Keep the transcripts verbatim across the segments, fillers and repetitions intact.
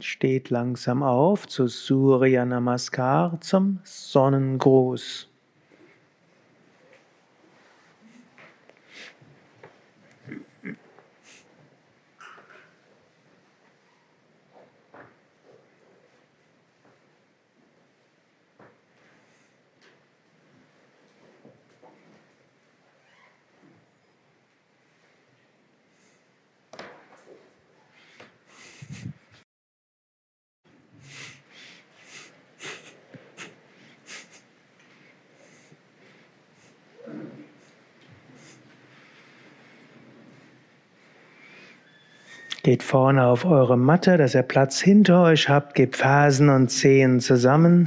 Steht langsam auf zu Surya Namaskar, zum Sonnengruß. Geht vorne auf eure Matte, dass ihr Platz hinter euch habt. Gebt Fersen und Zehen zusammen.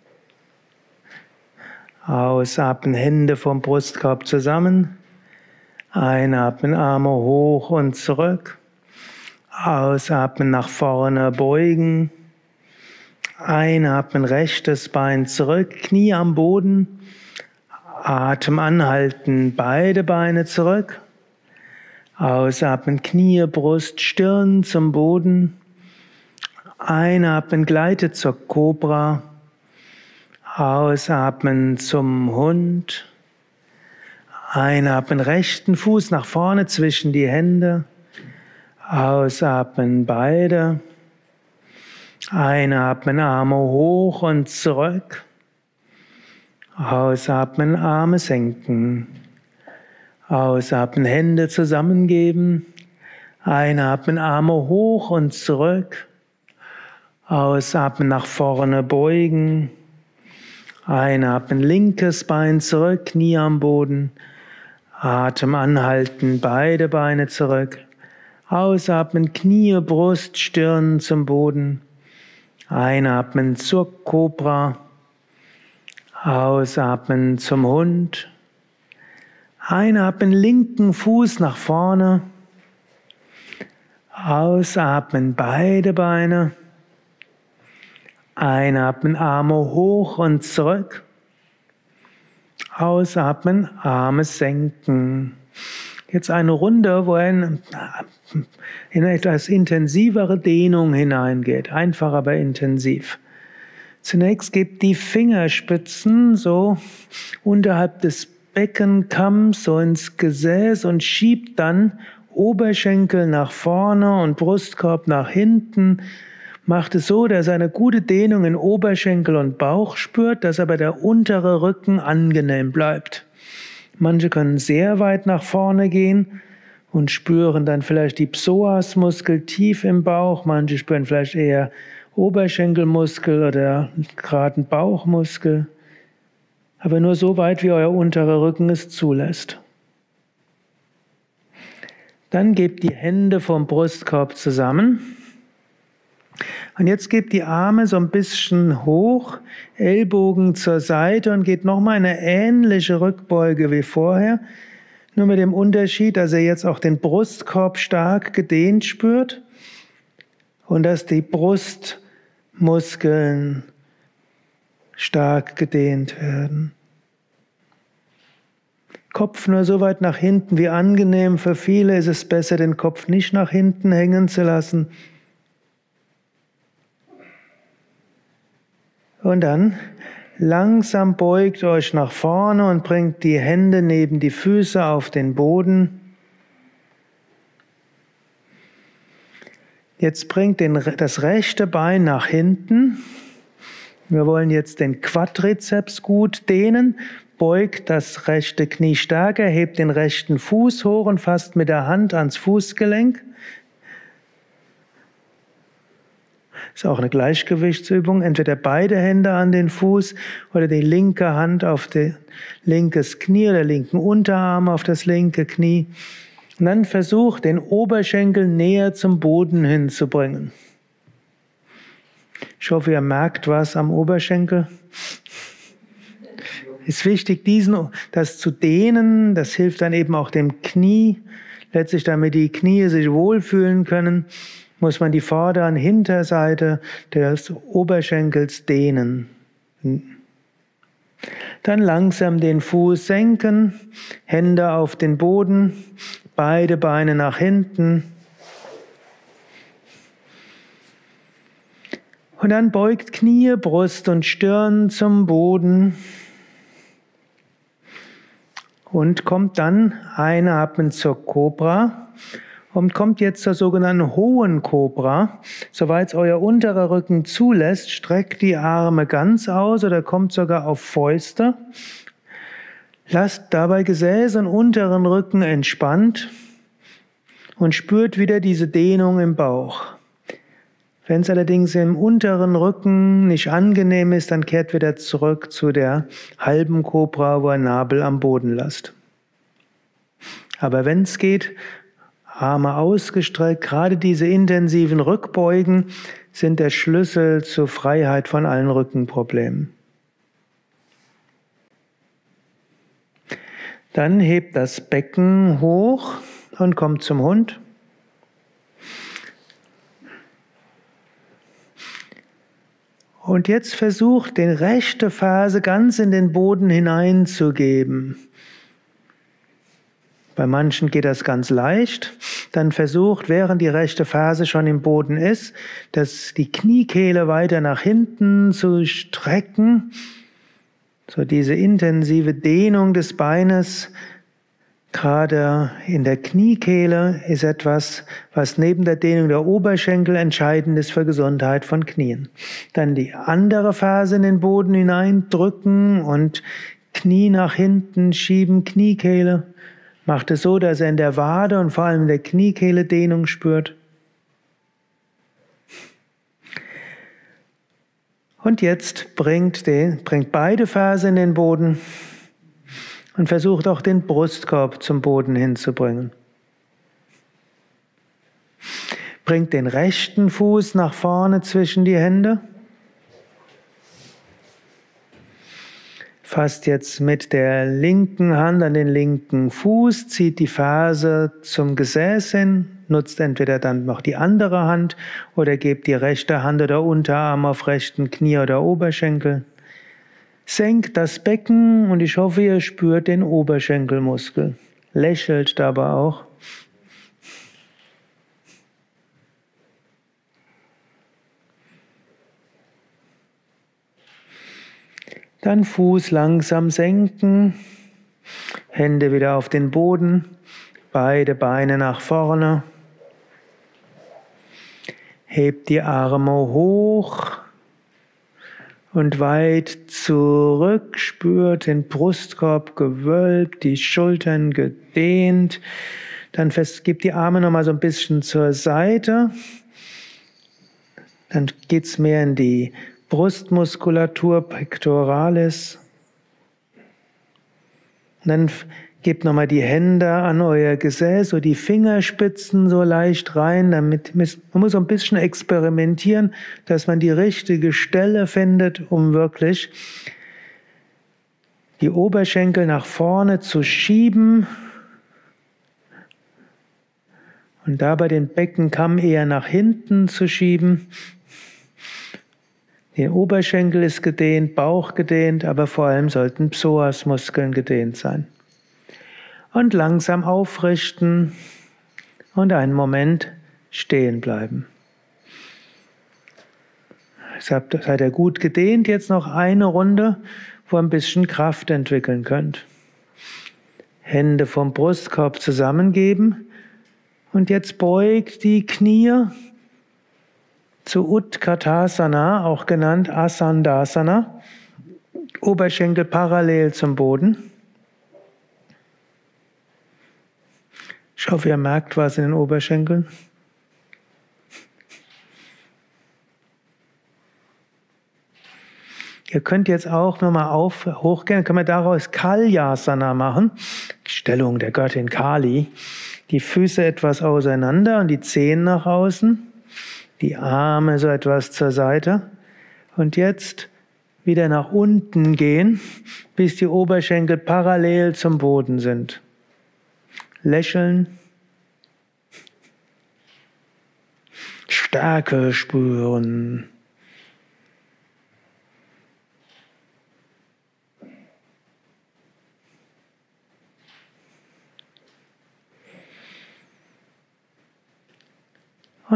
Ausatmen, Hände vom Brustkorb zusammen. Einatmen, Arme hoch und zurück. Ausatmen, nach vorne beugen. Einatmen, rechtes Bein zurück, Knie am Boden. Atem anhalten, beide Beine zurück. Ausatmen, Knie, Brust, Stirn zum Boden. Einatmen, gleitet zur Kobra. Ausatmen zum Hund. Einatmen, rechten Fuß nach vorne zwischen die Hände. Ausatmen, beide. Einatmen, Arme hoch und zurück. Ausatmen, Arme senken. Ausatmen, Hände zusammengeben. Einatmen, Arme hoch und zurück. Ausatmen, nach vorne beugen. Einatmen, linkes Bein zurück, Knie am Boden. Atem anhalten, beide Beine zurück. Ausatmen, Knie, Brust, Stirn zum Boden. Einatmen zur Kobra. Ausatmen zum Hund. Einatmen, linken Fuß nach vorne. Ausatmen, beide Beine. Einatmen, Arme hoch und zurück. Ausatmen, Arme senken. Jetzt eine Runde, wo er in, in etwas intensivere Dehnung hineingeht. Einfach, aber intensiv. Zunächst gebt die Fingerspitzen so unterhalb des Beckenkamms so ins Gesäß und schiebt dann Oberschenkel nach vorne und Brustkorb nach hinten. Macht es so, dass er eine gute Dehnung in Oberschenkel und Bauch spürt, dass aber der untere Rücken angenehm bleibt. Manche können sehr weit nach vorne gehen und spüren dann vielleicht die Psoasmuskel tief im Bauch. Manche spüren vielleicht eher Oberschenkelmuskel oder geraden Bauchmuskel. Aber nur so weit, wie euer unterer Rücken es zulässt. Dann gebt die Hände vom Brustkorb zusammen. Und jetzt gebt die Arme so ein bisschen hoch, Ellbogen zur Seite und geht nochmal eine ähnliche Rückbeuge wie vorher. Nur mit dem Unterschied, dass ihr jetzt auch den Brustkorb stark gedehnt spürt und dass die Brustmuskeln stark gedehnt werden. Kopf nur so weit nach hinten wie angenehm. Für viele ist es besser, den Kopf nicht nach hinten hängen zu lassen. Und dann langsam beugt euch nach vorne und bringt die Hände neben die Füße auf den Boden. Jetzt bringt den, das rechte Bein nach hinten. Wir wollen jetzt den Quadrizeps gut dehnen. Beugt das rechte Knie stärker, hebt den rechten Fuß hoch und fasst mit der Hand ans Fußgelenk. Ist auch eine Gleichgewichtsübung. Entweder beide Hände an den Fuß oder die linke Hand auf das linkes Knie oder linken Unterarm auf das linke Knie. Und dann versucht, den Oberschenkel näher zum Boden hinzubringen. Ich hoffe, ihr merkt was am Oberschenkel. Es ist wichtig, diesen, das zu dehnen. Das hilft dann eben auch dem Knie. Letztlich, damit die Knie sich wohlfühlen können, muss man die Vorder- und Hinterseite des Oberschenkels dehnen. Dann langsam den Fuß senken, Hände auf den Boden, beide Beine nach hinten. Und dann beugt Knie, Brust und Stirn zum Boden und kommt dann einatmen zur Kobra und kommt jetzt zur sogenannten hohen Kobra. Soweit es euer unterer Rücken zulässt, streckt die Arme ganz aus oder kommt sogar auf Fäuste. Lasst dabei Gesäß und unteren Rücken entspannt und spürt wieder diese Dehnung im Bauch. Wenn es allerdings im unteren Rücken nicht angenehm ist, dann kehrt wieder zurück zu der halben Kobra, wo ihr Nabel am Boden lasst. Aber wenn es geht, Arme ausgestreckt, gerade diese intensiven Rückbeugen sind der Schlüssel zur Freiheit von allen Rückenproblemen. Dann hebt das Becken hoch und kommt zum Hund. Und jetzt versucht, die rechte Ferse ganz in den Boden hineinzugeben. Bei manchen geht das ganz leicht. Dann versucht, während die rechte Ferse schon im Boden ist, dass die Kniekehle weiter nach hinten zu strecken. So diese intensive Dehnung des Beines, gerade in der Kniekehle, ist etwas, was neben der Dehnung der Oberschenkel entscheidend ist für Gesundheit von Knien. Dann die andere Ferse in den Boden hineindrücken und Knie nach hinten schieben, Kniekehle. Macht es so, dass er in der Wade und vor allem in der Kniekehle Dehnung spürt. Und jetzt bringt, den, bringt beide Ferse in den Boden. Und versucht auch den Brustkorb zum Boden hinzubringen. Bringt den rechten Fuß nach vorne zwischen die Hände. Fasst jetzt mit der linken Hand an den linken Fuß, zieht die Ferse zum Gesäß hin, nutzt entweder dann noch die andere Hand oder gebt die rechte Hand oder Unterarm auf rechten Knie oder Oberschenkel. Senkt das Becken und ich hoffe, ihr spürt den Oberschenkelmuskel. Lächelt dabei auch. Dann Fuß langsam senken, Hände wieder auf den Boden, beide Beine nach vorne. Hebt die Arme hoch. Und weit zurück, spürt den Brustkorb gewölbt, die Schultern gedehnt. Dann fest, gebt die Arme nochmal so ein bisschen zur Seite. Dann geht's mehr in die Brustmuskulatur, Pectoralis. Und dann gebt nochmal die Hände an euer Gesäß, so die Fingerspitzen so leicht rein, damit man muss so ein bisschen experimentieren, dass man die richtige Stelle findet, um wirklich die Oberschenkel nach vorne zu schieben und dabei den Beckenkamm eher nach hinten zu schieben. Der Oberschenkel ist gedehnt, Bauch gedehnt, aber vor allem sollten Psoasmuskeln gedehnt sein. Und langsam aufrichten und einen Moment stehen bleiben. Seid ihr gut gedehnt, jetzt noch eine Runde, wo ihr ein bisschen Kraft entwickeln könnt. Hände vom Brustkorb zusammengeben und jetzt beugt die Knie zu Utkatasana, auch genannt Asandasana, Oberschenkel parallel zum Boden. Ich hoffe, ihr merkt was in den Oberschenkeln. Ihr könnt jetzt auch nochmal auf, hochgehen, können wir daraus Kalyasana machen. Stellung der Göttin Kali. Die Füße etwas auseinander und die Zehen nach außen. Die Arme so etwas zur Seite. Und jetzt wieder nach unten gehen, bis die Oberschenkel parallel zum Boden sind. Lächeln. Stärke spüren.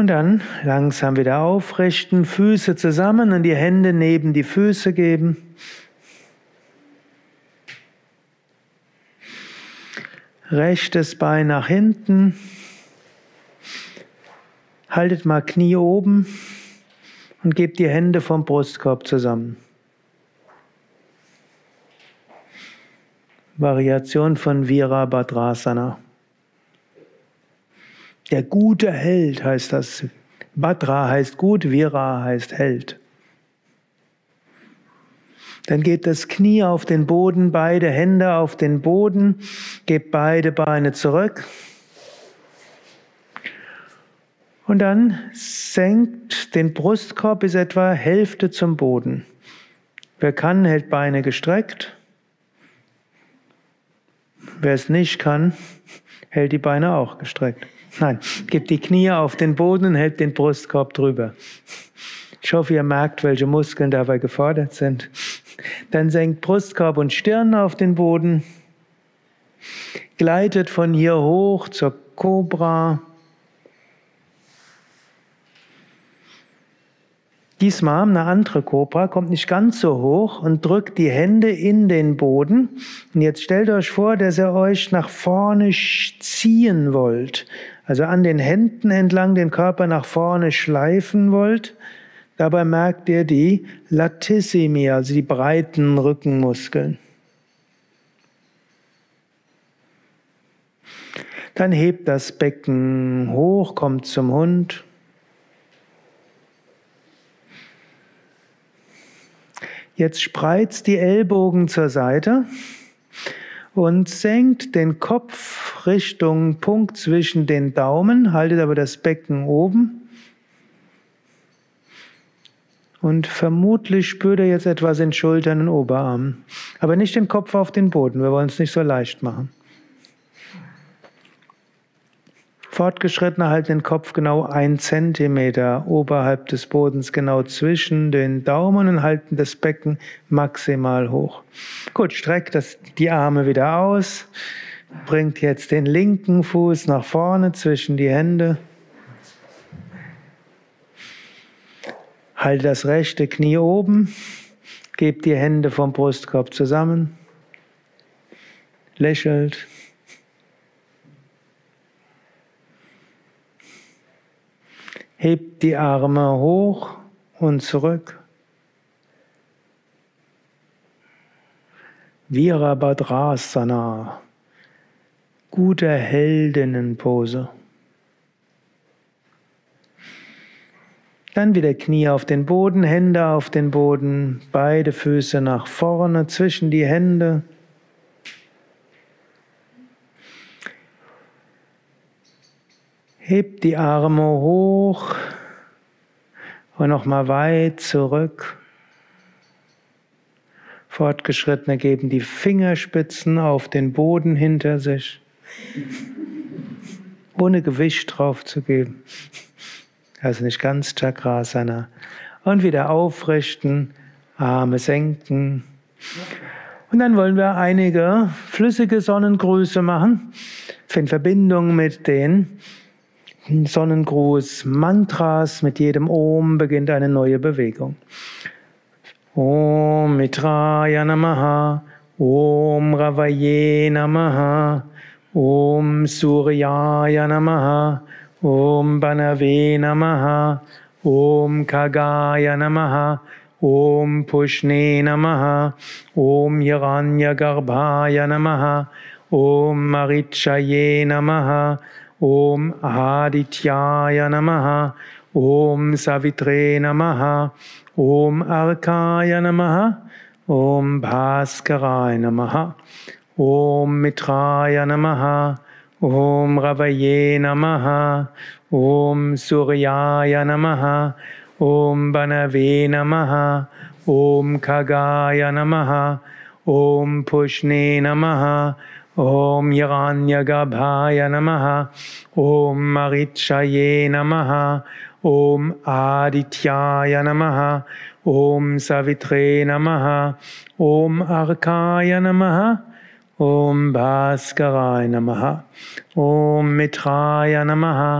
Und dann langsam wieder aufrichten, Füße zusammen und die Hände neben die Füße geben. Rechtes Bein nach hinten. Haltet mal Knie oben und gebt die Hände vom Brustkorb zusammen. Variation von Virabhadrasana. Der gute Held heißt das. Bhadra heißt gut, Vira heißt Held. Dann gebt das Knie auf den Boden, beide Hände auf den Boden, gebt beide Beine zurück. Und dann senkt den Brustkorb bis etwa Hälfte zum Boden. Wer kann, hält Beine gestreckt. Wer es nicht kann, hält die Beine auch gestreckt. Nein, gebt die Knie auf den Boden und hält den Brustkorb drüber. Ich hoffe, ihr merkt, welche Muskeln dabei gefordert sind. Dann senkt Brustkorb und Stirn auf den Boden. Gleitet von hier hoch zur Kobra. Diesmal eine andere Kobra, kommt nicht ganz so hoch und drückt die Hände in den Boden. Und jetzt stellt euch vor, dass ihr euch nach vorne ziehen wollt. Also an den Händen entlang den Körper nach vorne schleifen wollt. Dabei merkt ihr die Latissimi, also die breiten Rückenmuskeln. Dann hebt das Becken hoch, kommt zum Hund. Jetzt spreizt die Ellbogen zur Seite und senkt den Kopf Richtung Punkt zwischen den Daumen, haltet aber das Becken oben. Und vermutlich spürt ihr jetzt etwas in Schultern und Oberarmen. Aber nicht den Kopf auf den Boden, wir wollen es nicht so leicht machen. Fortgeschrittene halten den Kopf genau ein Zentimeter oberhalb des Bodens, genau zwischen den Daumen und halten das Becken maximal hoch. Gut, streckt das, die Arme wieder aus. Bringt jetzt den linken Fuß nach vorne zwischen die Hände. Haltet das rechte Knie oben. Gebt die Hände vom Brustkorb zusammen. Lächelt. Hebt die Arme hoch und zurück. Virabhadrasana. Gute Heldinnenpose. Dann wieder Knie auf den Boden, Hände auf den Boden, beide Füße nach vorne, zwischen die Hände. Hebt die Arme hoch und nochmal weit zurück. Fortgeschrittene geben die Fingerspitzen auf den Boden hinter sich, ohne Gewicht drauf zu geben. Also nicht ganz Chakrasana. Und wieder aufrichten, Arme senken. Und dann wollen wir einige flüssige Sonnengrüße machen, in Verbindung mit den Sonnengruß-Mantras. Mit jedem Om beginnt eine neue Bewegung. Om Mitraya Namaha, Om Ravaye Namaha, Om Suryaya Namaha, Om Banave Namaha, Om Kagaya Namaha, Om Pushne Namaha, Om Hiranyagarbhaya Namaha, Om Marichaye Namaha, Om Adityaya Namaha, Om Savitre Namaha, Om Arkaya Namaha, Om Bhaskaraya Namaha, Om Mitraya Namaha, Om Ravaye Namaha, Om Suryaya Namaha, Om Banave Namaha, Om Kagaya Namaha, Om Pushne Namaha, Om Hiranyagarbhaya Namaha, Om Marichaye Namaha, Om Adityaya Namaha, Om Savitre Namaha, Om Arkaya Namaha, Om Bhaskaraya Namaha, Om Mitraya Namaha,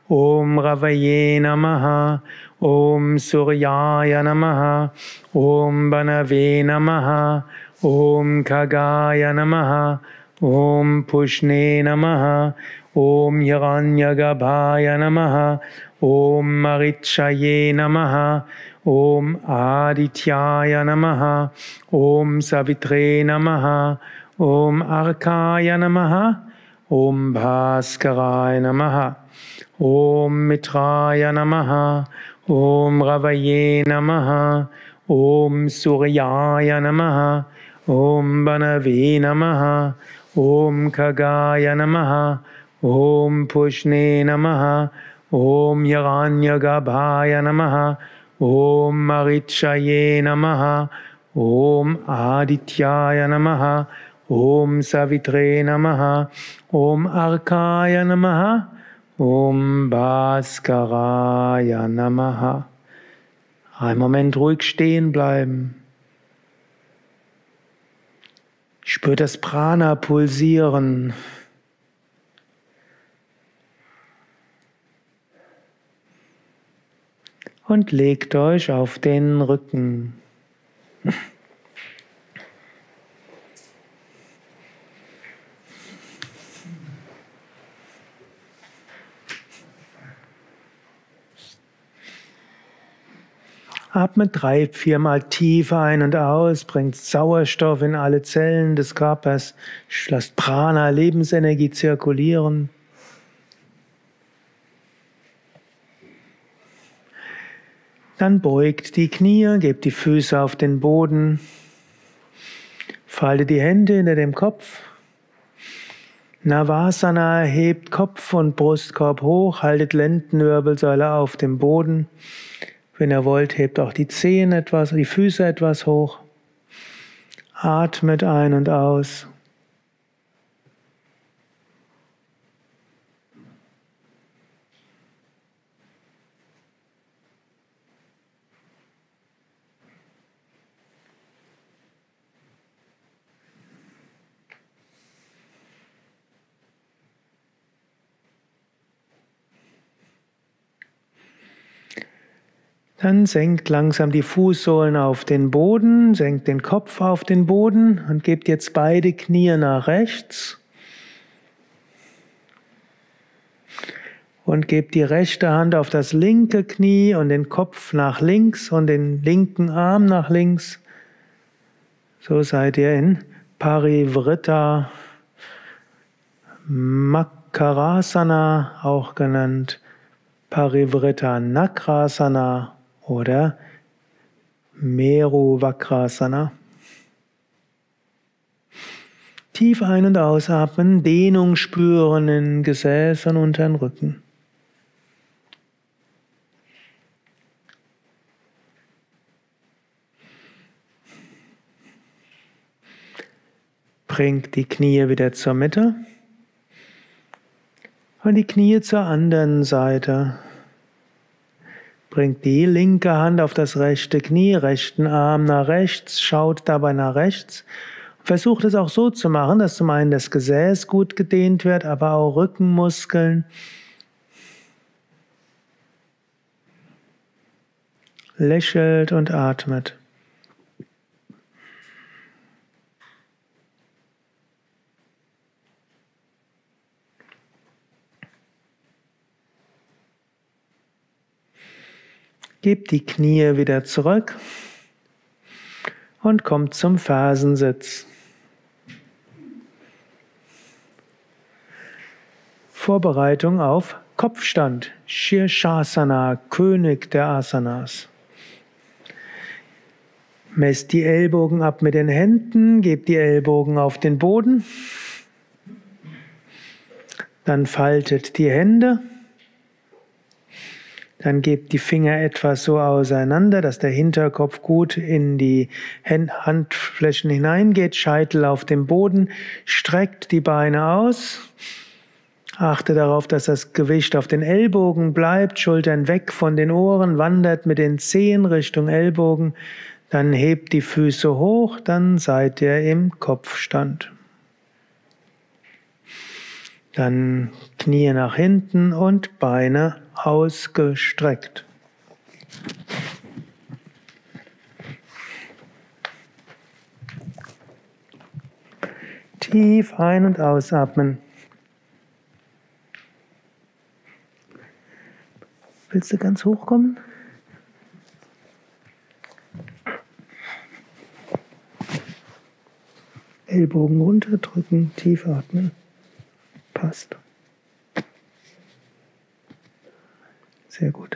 Om Ravaye Namaha, Om Suryaya Namaha, Om Banave Namaha, Om Kagaya Namaha, Om Pushne Namaha, Om Hiranyagarbhaya Namaha, Om Marichaye Namaha, Om Adityaya Namaha, Om Savitre Namaha, Om Arkaya Namaha, Om Bhaskaraya Namaha, Om Mitraya Namaha, Om Ravaye Namaha, Om Suryaya Namaha, Om Banave Namaha, Om Kagaya Namaha, Om Pushne Namaha, Om Hiranyagarbhaya Namaha, Om Marichaye Namaha, Om Adityaya Namaha, Om Savitre Namaha, Om Arkaya Namaha, Om Bhaskaraya Namaha. Einen Moment ruhig stehen bleiben. Spürt das Prana pulsieren. Und legt euch auf den Rücken. Atme drei, viermal tief ein und aus, bringt Sauerstoff in alle Zellen des Körpers, lasst Prana, Lebensenergie zirkulieren. Dann beugt die Knie, gebt die Füße auf den Boden, faltet die Hände hinter dem Kopf. Navasana, hebt Kopf und Brustkorb hoch, haltet Lendenwirbelsäule auf dem Boden. Wenn ihr wollt, hebt auch die Zehen etwas, die Füße etwas hoch. Atmet ein und aus. Dann senkt langsam die Fußsohlen auf den Boden, senkt den Kopf auf den Boden und gebt jetzt beide Knie nach rechts. Und gebt die rechte Hand auf das linke Knie und den Kopf nach links und den linken Arm nach links. So seid ihr in Parivritta Makarasana, auch genannt Parivritta Nakrasana oder Meru Vakrasana. Tief ein- und ausatmen, Dehnung spüren in Gesäß und unteren Rücken. Bringt die Knie wieder zur Mitte und die Knie zur anderen Seite. Bringt die linke Hand auf das rechte Knie, rechten Arm nach rechts, schaut dabei nach rechts. Versucht es auch so zu machen, dass zum einen das Gesäß gut gedehnt wird, aber auch Rückenmuskeln. Lächelt und atmet. Gebt die Knie wieder zurück und kommt zum Fersensitz. Vorbereitung auf Kopfstand, Shirshasana, König der Asanas. Messt die Ellbogen ab mit den Händen, gebt die Ellbogen auf den Boden. Dann faltet die Hände. Dann gebt die Finger etwas so auseinander, dass der Hinterkopf gut in die Handflächen hineingeht, Scheitel auf dem Boden, streckt die Beine aus. Achte darauf, dass das Gewicht auf den Ellbogen bleibt, Schultern weg von den Ohren, wandert mit den Zehen Richtung Ellbogen, dann hebt die Füße hoch, dann seid ihr im Kopfstand. Dann Knie nach hinten und Beine ausgestreckt. Tief ein- und ausatmen. Willst du ganz hoch kommen? Ellbogen runterdrücken, tief atmen. Passt. Sehr gut.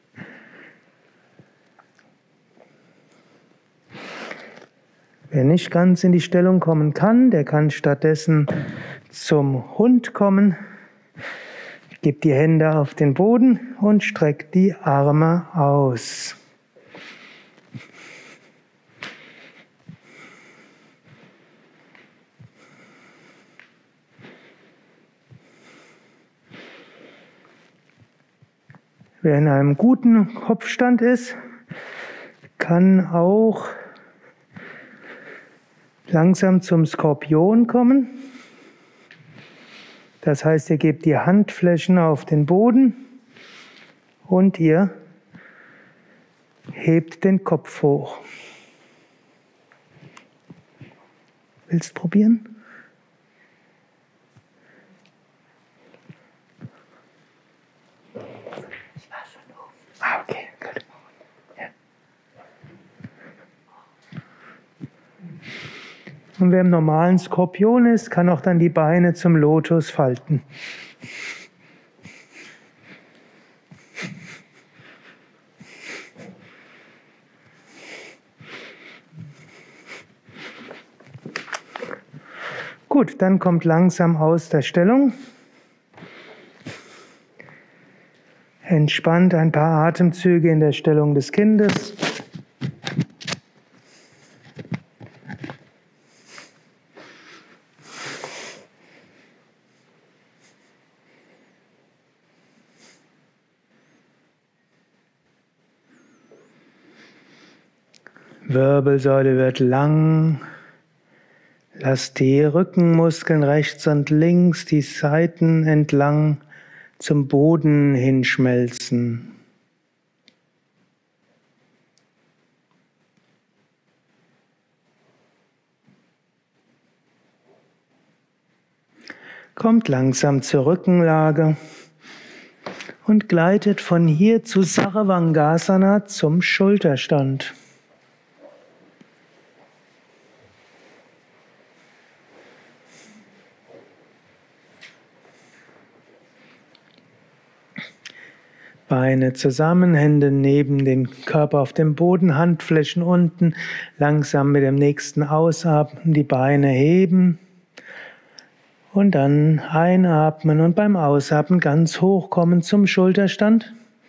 Wer nicht ganz in die Stellung kommen kann, der kann stattdessen zum Hund kommen. Gib die Hände auf den Boden und streck die Arme aus. Wer in einem guten Kopfstand ist, kann auch langsam zum Skorpion kommen. Das heißt, ihr gebt die Handflächen auf den Boden und ihr hebt den Kopf hoch. Willst du probieren? Ich war schon oben. Ah, okay, gut. Ja. Und wer im normalen Skorpion ist, kann auch dann die Beine zum Lotus falten. Gut, dann kommt langsam aus der Stellung. Entspannt ein paar Atemzüge in der Stellung des Kindes. Wirbelsäule wird lang. Lass die Rückenmuskeln rechts und links, die Seiten entlang zum Boden hinschmelzen. Kommt langsam zur Rückenlage und gleitet von hier zu Sarvangasana zum Schulterstand. Beine zusammen, Hände neben dem Körper auf dem Boden, Handflächen unten. Langsam mit dem nächsten Ausatmen die Beine heben. Und dann einatmen und beim Ausatmen ganz hoch kommen zum Schulterstand.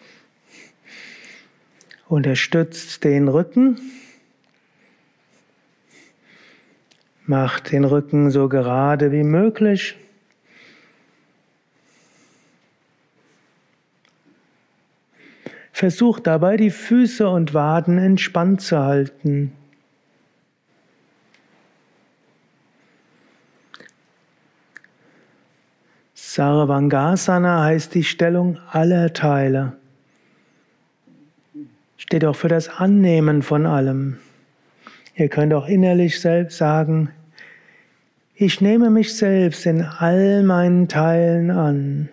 Unterstützt den Rücken. Macht den Rücken so gerade wie möglich. Versuch dabei, die Füße und Waden entspannt zu halten. Sarvangasana heißt die Stellung aller Teile. Steht auch für das Annehmen von allem. Ihr könnt auch innerlich selbst sagen, ich nehme mich selbst in all meinen Teilen an.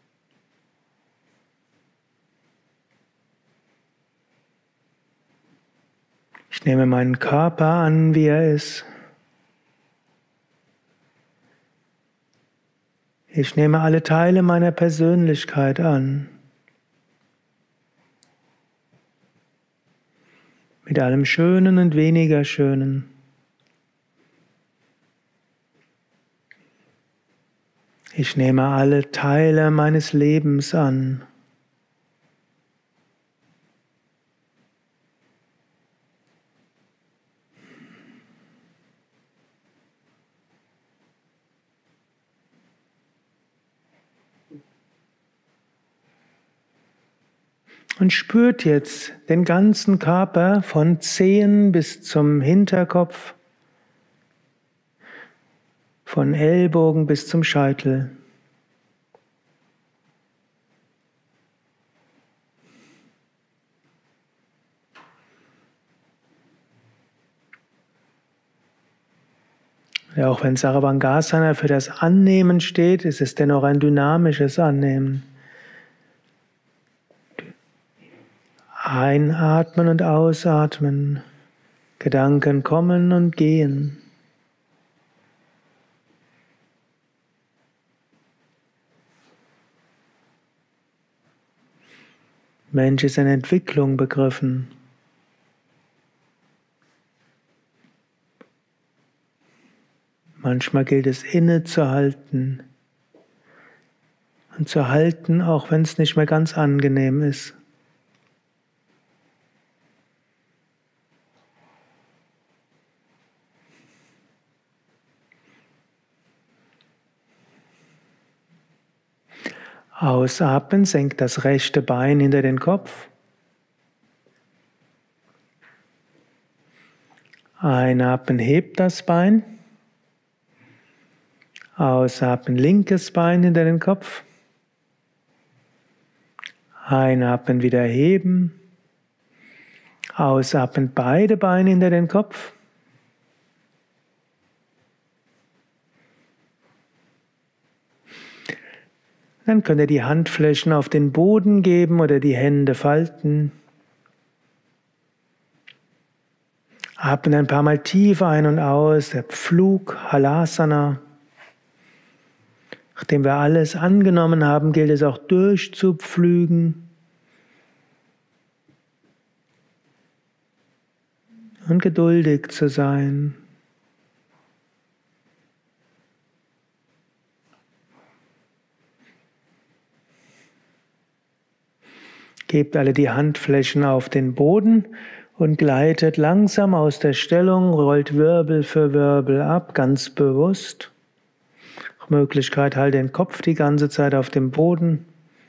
Ich nehme meinen Körper an, wie er ist. Ich nehme alle Teile meiner Persönlichkeit an. Mit allem Schönen und weniger Schönen. Ich nehme alle Teile meines Lebens an. Und spürt jetzt den ganzen Körper von Zehen bis zum Hinterkopf, von Ellbogen bis zum Scheitel. Ja, auch wenn Sarvangasana für das Annehmen steht, ist es dennoch ein dynamisches Annehmen. Einatmen und ausatmen. Gedanken kommen und gehen. Mensch ist in Entwicklung begriffen. Manchmal gilt es innezuhalten und zu halten, auch wenn es nicht mehr ganz angenehm ist. Ausatmen, senkt das rechte Bein hinter den Kopf. Einatmen, hebt das Bein. Ausatmen, linkes Bein hinter den Kopf. Einatmen, wieder heben. Ausatmen, beide Beine hinter den Kopf. Dann könnt ihr die Handflächen auf den Boden geben oder die Hände falten. Atmen ein paar Mal tief ein und aus, der Pflug, Halasana. Nachdem wir alles angenommen haben, gilt es auch durchzupflügen und geduldig zu sein. Gebt alle die Handflächen auf den Boden und gleitet langsam aus der Stellung, rollt Wirbel für Wirbel ab, ganz bewusst. Nach Möglichkeit halt den Kopf die ganze Zeit auf dem Boden.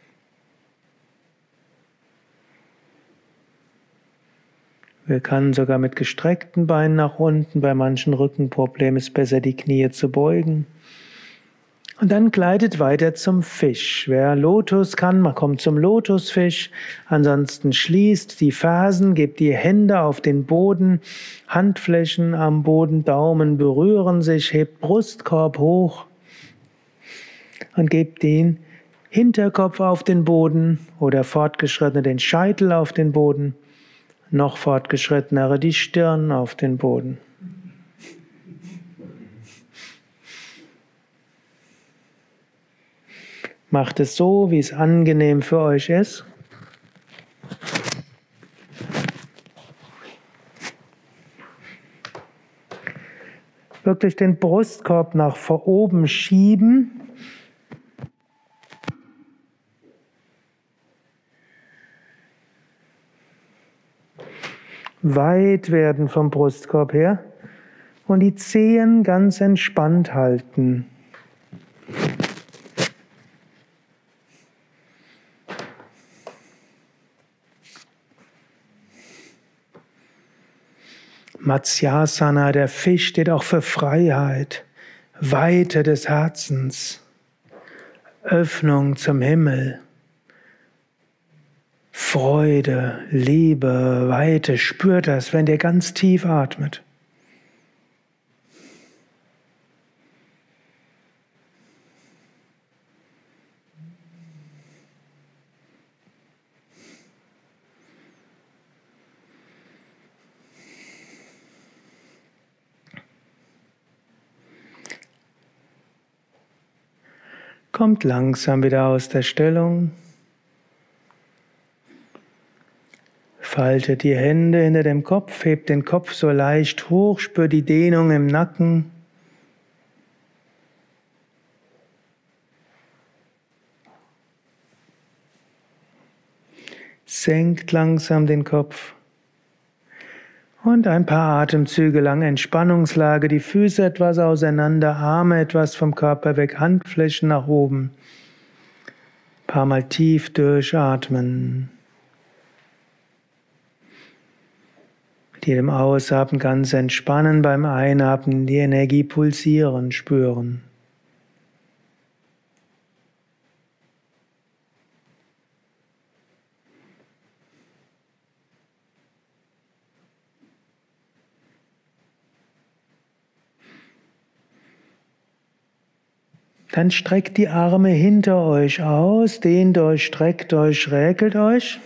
Wir können sogar mit gestreckten Beinen nach unten, bei manchen Rückenproblemen ist besser die Knie zu beugen. Und dann gleitet weiter zum Fisch. Wer Lotus kann, man kommt zum Lotusfisch. Ansonsten schließt die Fersen, gebt die Hände auf den Boden, Handflächen am Boden, Daumen berühren sich, hebt Brustkorb hoch und gebt den Hinterkopf auf den Boden oder Fortgeschrittene den Scheitel auf den Boden, noch Fortgeschrittenere die Stirn auf den Boden. Macht es so, wie es angenehm für euch ist. Wirklich den Brustkorb nach vor oben schieben. Weit werden vom Brustkorb her und die Zehen ganz entspannt halten. Matsyasana, der Fisch, steht auch für Freiheit, Weite des Herzens, Öffnung zum Himmel, Freude, Liebe, Weite. Spürt das, wenn ihr ganz tief atmet. Kommt langsam wieder aus der Stellung. Faltet die Hände hinter dem Kopf, hebt den Kopf so leicht hoch, spürt die Dehnung im Nacken. Senkt langsam den Kopf. Und ein paar Atemzüge lang Entspannungslage, die Füße etwas auseinander, Arme etwas vom Körper weg, Handflächen nach oben. Ein paar Mal tief durchatmen. Mit jedem Ausatmen ganz entspannen, beim Einatmen die Energie pulsieren, spüren. Dann streckt die Arme hinter euch aus, dehnt euch, streckt euch, räkelt euch.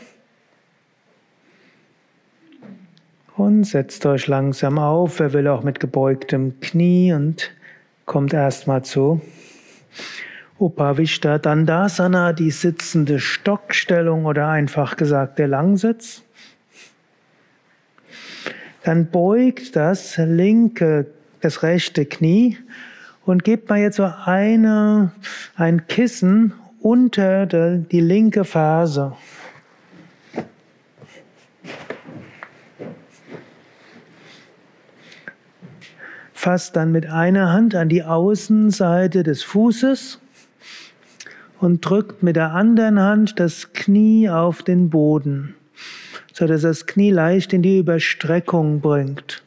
Und setzt euch langsam auf, wer will auch mit gebeugtem Knie, und kommt erstmal zu Upavishta Dandasana, die sitzende Stockstellung oder einfach gesagt der Langsitz. Dann beugt das linke, das rechte Knie und gebt mal jetzt so eine, ein Kissen unter die, die linke Ferse. Fasst dann mit einer Hand an die Außenseite des Fußes und drückt mit der anderen Hand das Knie auf den Boden, sodass das Knie leicht in die Überstreckung bringt.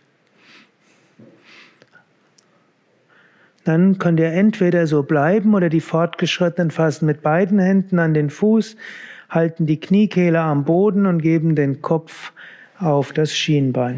Dann könnt ihr entweder so bleiben oder die Fortgeschrittenen fassen mit beiden Händen an den Fuß, halten die Kniekehle am Boden und geben den Kopf auf das Schienbein.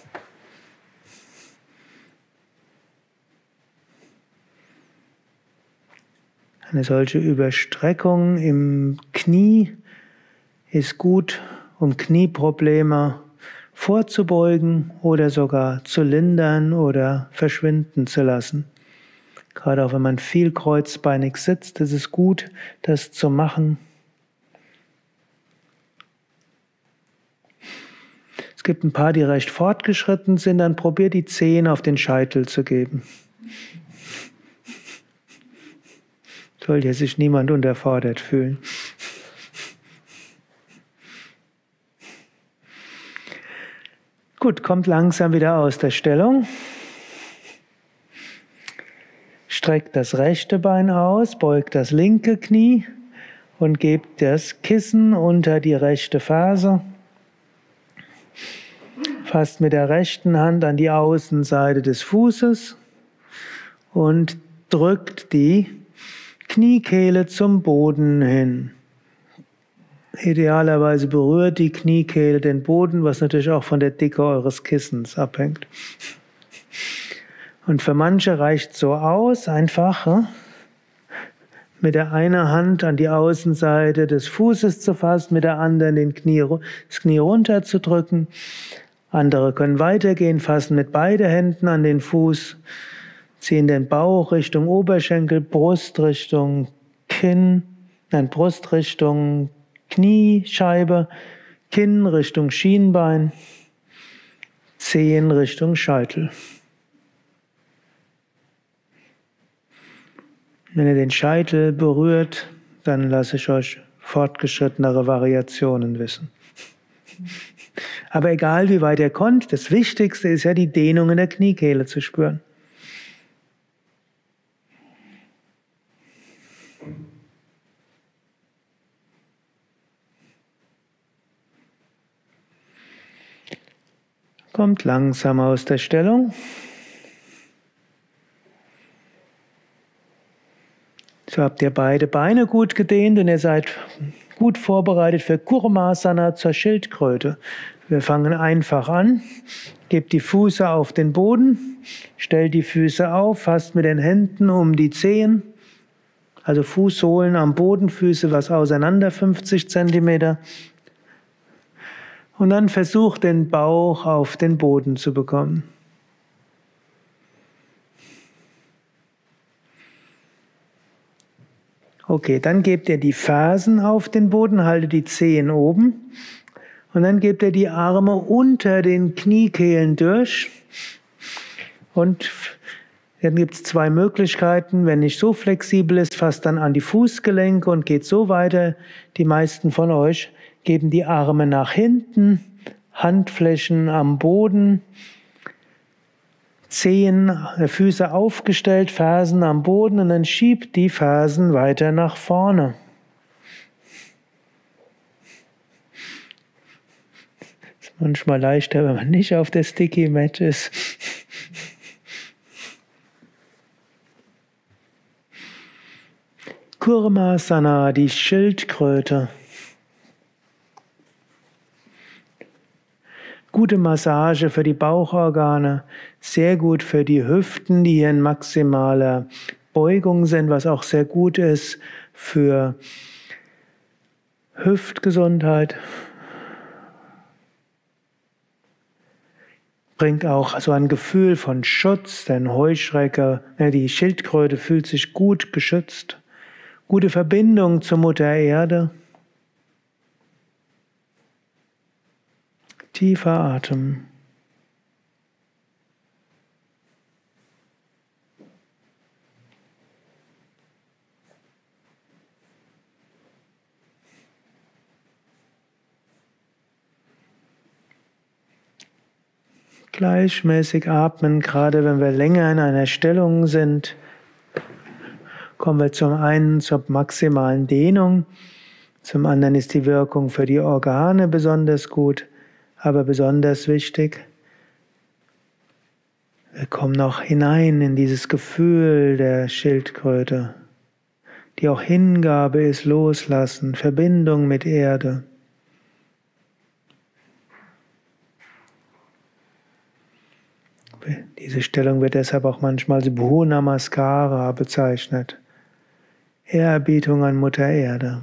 Eine solche Überstreckung im Knie ist gut, um Knieprobleme vorzubeugen oder sogar zu lindern oder verschwinden zu lassen. Gerade auch wenn man viel kreuzbeinig sitzt, ist es gut, das zu machen. Es gibt ein paar, die recht fortgeschritten sind, dann probiert die Zehen auf den Scheitel zu geben. Soll hier sich niemand unterfordert fühlen. Gut, kommt langsam wieder aus der Stellung. Streckt das rechte Bein aus, beugt das linke Knie und gebt das Kissen unter die rechte Ferse. Fasst mit der rechten Hand an die Außenseite des Fußes und drückt die Kniekehle zum Boden hin. Idealerweise berührt die Kniekehle den Boden, was natürlich auch von der Dicke eures Kissens abhängt. Und für manche reicht so aus, einfach mit der einen Hand an die Außenseite des Fußes zu fassen, mit der anderen den Knie, das Knie runterzudrücken. Andere können weitergehen, fassen mit beiden Händen an den Fuß, ziehen den Bauch Richtung Oberschenkel, Brust Richtung Kinn, nein, Brust Richtung Kniescheibe, Kinn Richtung Schienbein, Zehen Richtung Scheitel. Wenn ihr den Scheitel berührt, dann lasse ich euch fortgeschrittenere Variationen wissen. Aber egal wie weit ihr kommt, das Wichtigste ist ja die Dehnung in der Kniekehle zu spüren. Kommt langsam aus der Stellung. So habt ihr beide Beine gut gedehnt und ihr seid gut vorbereitet für Kurmasana zur Schildkröte. Wir fangen einfach an. Gebt die Füße auf den Boden, stellt die Füße auf, fasst mit den Händen um die Zehen, also Fußsohlen am Boden, Füße was auseinander, fünfzig Zentimeter. Und dann versucht den Bauch auf den Boden zu bekommen. Okay, dann gebt ihr die Fersen auf den Boden, haltet die Zehen oben und dann gebt ihr die Arme unter den Kniekehlen durch. Und dann gibt es zwei Möglichkeiten. Wenn nicht so flexibel ist, fasst dann an die Fußgelenke und geht so weiter. Die meisten von euch geben die Arme nach hinten, Handflächen am Boden, Zehen, Füße aufgestellt, Fersen am Boden und dann schiebt die Fersen weiter nach vorne. Ist manchmal leichter, wenn man nicht auf der Sticky Mat ist. Kurmasana, die Schildkröte. Gute Massage für die Bauchorgane, sehr gut für die Hüften, die hier in maximaler Beugung sind, was auch sehr gut ist für Hüftgesundheit. Bringt auch so ein Gefühl von Schutz, denn Heuschrecke, ja, die Schildkröte fühlt sich gut geschützt. Gute Verbindung zur Mutter Erde. Tiefer Atem. Gleichmäßig atmen, gerade wenn wir länger in einer Stellung sind, kommen wir zum einen zur maximalen Dehnung, zum anderen ist die Wirkung für die Organe besonders gut, aber besonders wichtig, wir kommen noch hinein in dieses Gefühl der Schildkröte, die auch Hingabe ist, Loslassen, Verbindung mit Erde. Diese Stellung wird deshalb auch manchmal als Bhu Namaskara bezeichnet. Ehrerbietung an Mutter Erde.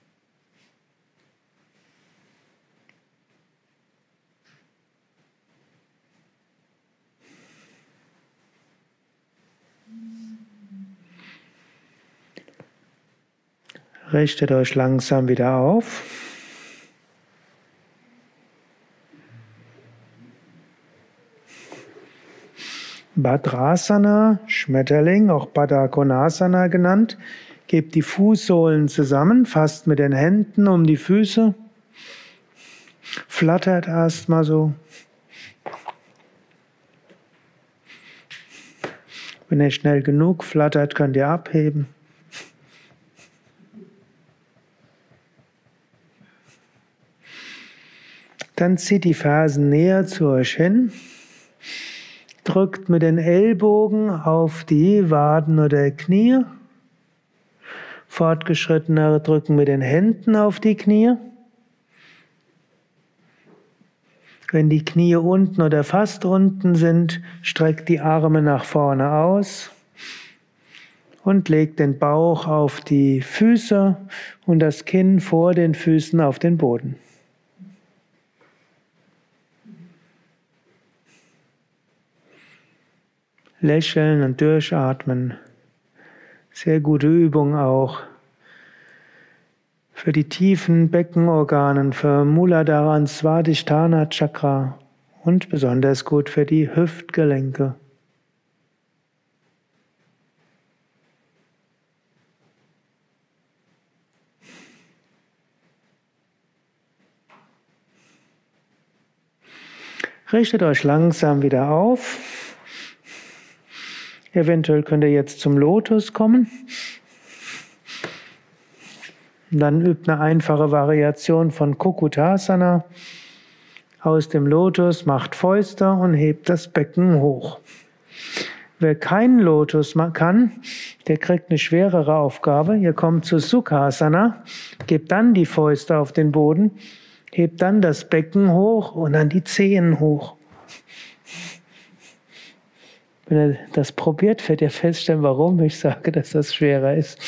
Richtet euch langsam wieder auf. Bhadrasana, Schmetterling, auch Baddha Konasana genannt. Gebt die Fußsohlen zusammen, fasst mit den Händen um die Füße. Flattert erstmal so. Wenn ihr schnell genug flattert, könnt ihr abheben. Dann zieht die Fersen näher zu euch hin. Drückt mit den Ellbogen auf die Waden oder Knie. Fortgeschrittenere drücken mit den Händen auf die Knie. Wenn die Knie unten oder fast unten sind, streckt die Arme nach vorne aus und legt den Bauch auf die Füße und das Kinn vor den Füßen auf den Boden. Lächeln und durchatmen. Sehr gute Übung auch für die tiefen Beckenorgane, für Muladhara und Svadhisthana Chakra und besonders gut für die Hüftgelenke. Richtet euch langsam wieder auf. Eventuell könnt ihr jetzt zum Lotus kommen. Und dann übt eine einfache Variation von Kukutasana. Aus dem Lotus macht Fäuste und hebt das Becken hoch. Wer keinen Lotus kann, der kriegt eine schwerere Aufgabe. Ihr kommt zu Sukhasana, gebt dann die Fäuste auf den Boden, hebt dann das Becken hoch und dann die Zehen hoch. Wenn ihr das probiert, werdet ihr feststellen, warum ich sage, dass das schwerer ist.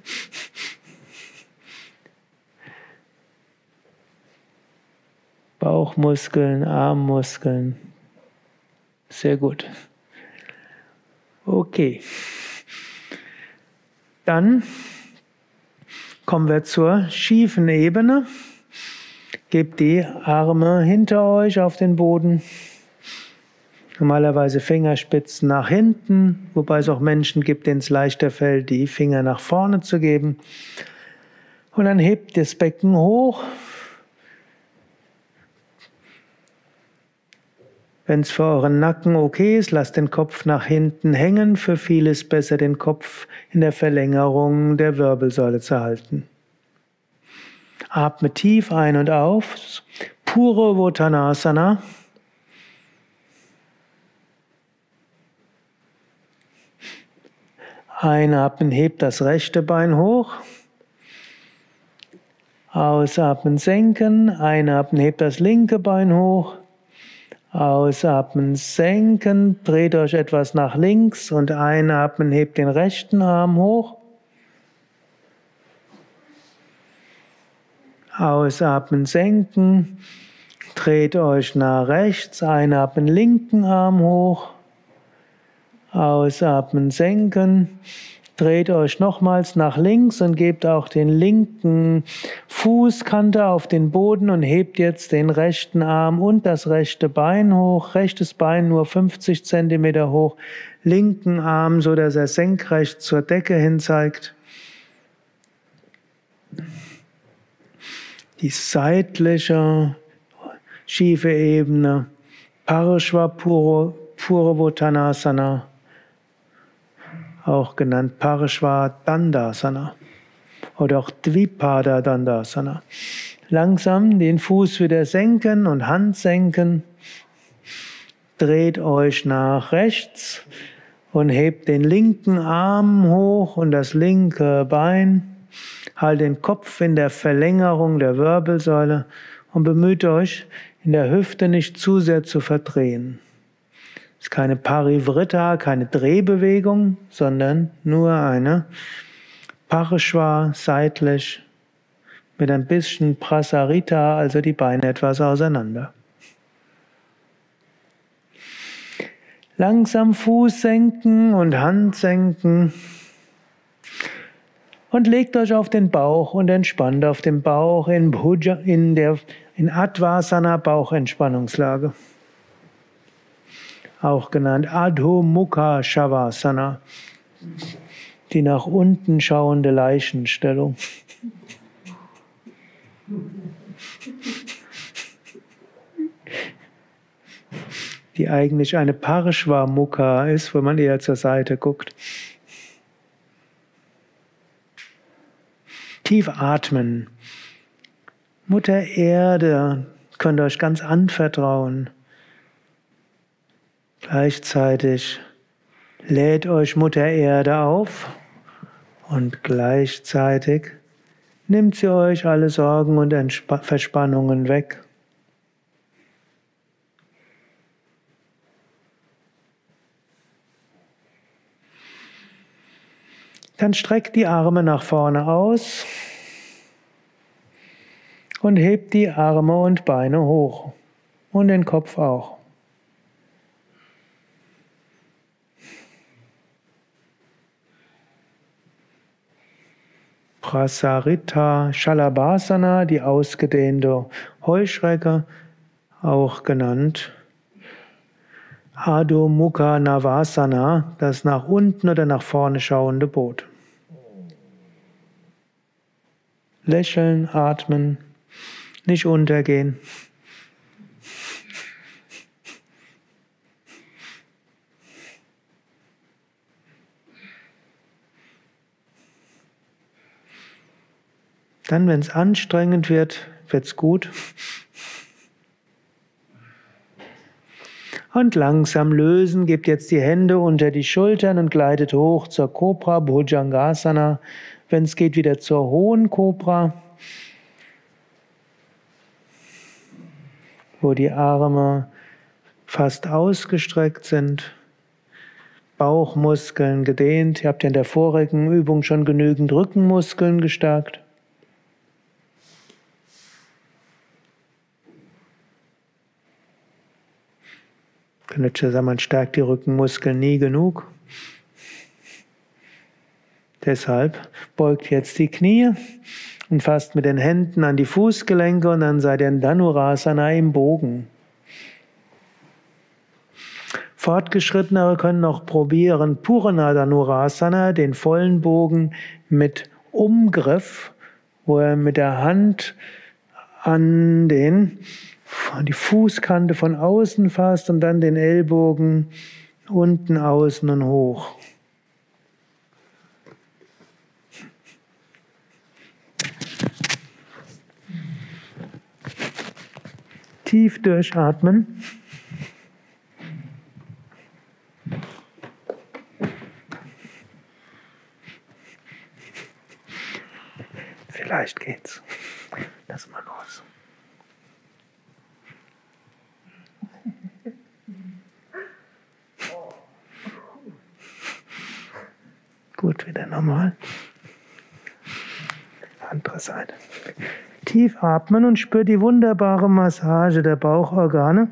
Bauchmuskeln, Armmuskeln. Sehr gut. Okay. Dann kommen wir zur schiefen Ebene. Gebt die Arme hinter euch auf den Boden. Normalerweise Fingerspitzen nach hinten, wobei es auch Menschen gibt, denen es leichter fällt, die Finger nach vorne zu geben. Und dann hebt das Becken hoch. Wenn es für euren Nacken okay ist, lasst den Kopf nach hinten hängen. Für viele ist es besser, den Kopf in der Verlängerung der Wirbelsäule zu halten. Atme tief ein und auf. Pure Vottanasana. Einatmen, hebt das rechte Bein hoch. Ausatmen, senken. Einatmen, hebt das linke Bein hoch. Ausatmen, senken, dreht euch etwas nach links und einatmen, hebt den rechten Arm hoch. Ausatmen, senken, dreht euch nach rechts, einatmen, linken Arm hoch. Ausatmen, senken. Dreht euch nochmals nach links und gebt auch den linken Fußkante auf den Boden und hebt jetzt den rechten Arm und das rechte Bein hoch. Rechtes Bein nur fünfzig Zentimeter hoch, linken Arm, so dass er senkrecht zur Decke hin zeigt. Die seitliche, schiefe Ebene, Parshva Purvottanasana, auch genannt Parshva Dandasana oder auch Dvipada Dandasana. Langsam den Fuß wieder senken und Hand senken. Dreht euch nach rechts und hebt den linken Arm hoch und das linke Bein. Halt den Kopf in der Verlängerung der Wirbelsäule und bemüht euch, in der Hüfte nicht zu sehr zu verdrehen. Es ist keine Parivritta, keine Drehbewegung, sondern nur eine Parshva seitlich mit ein bisschen Prasarita, also die Beine etwas auseinander. Langsam Fuß senken und Hand senken. Und legt euch auf den Bauch und entspannt auf dem Bauch in Bhuja, in der in Advasana, Bauchentspannungslage. Auch genannt Adho Mukha Shavasana, die nach unten schauende Leichenstellung. Die eigentlich eine Parshva Mukha ist, wenn man eher zur Seite guckt. Tief atmen. Mutter Erde, könnt ihr euch ganz anvertrauen. Gleichzeitig lädt euch Mutter Erde auf und gleichzeitig nimmt sie euch alle Sorgen und Entsp- Verspannungen weg. Dann streckt die Arme nach vorne aus und hebt die Arme und Beine hoch und den Kopf auch. Prasarita Shalabhasana, die ausgedehnte Heuschrecke, auch genannt Adho Mukha Navasana, das nach unten oder nach vorne schauende Boot. Lächeln, atmen, nicht untergehen. Dann, wenn es anstrengend wird, wird's gut. Und langsam lösen, gebt jetzt die Hände unter die Schultern und gleitet hoch zur Cobra Bhujangasana. Wenn es geht, wieder zur hohen Cobra, wo die Arme fast ausgestreckt sind, Bauchmuskeln gedehnt. Ihr habt ja in der vorigen Übung schon genügend Rückenmuskeln gestärkt. Könnt ihr sagen, man stärkt die Rückenmuskeln nie genug. Deshalb beugt jetzt die Knie und fasst mit den Händen an die Fußgelenke und dann seid ihr in Dhanurasana im Bogen. Fortgeschrittenere können noch probieren Purana Dhanurasana, den vollen Bogen mit Umgriff, wo er mit der Hand an den an die Fußkante von außen fasst und dann den Ellbogen unten, außen und hoch. Tief durchatmen. Vielleicht geht's. Lass mal los. gut, wieder normal. Andere Seite. Tief atmen und spür die wunderbare Massage der Bauchorgane.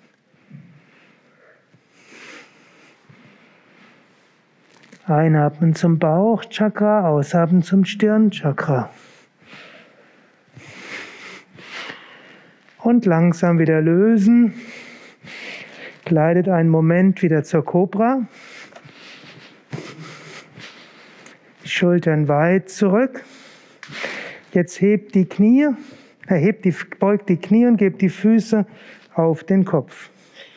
Einatmen zum Bauchchakra, ausatmen zum Stirnchakra. Und langsam wieder lösen. Gleitet einen Moment wieder zur Kobra. Schultern weit zurück. Jetzt hebt die Knie, erhebt die, beugt die Knie und gebt die Füße auf den Kopf.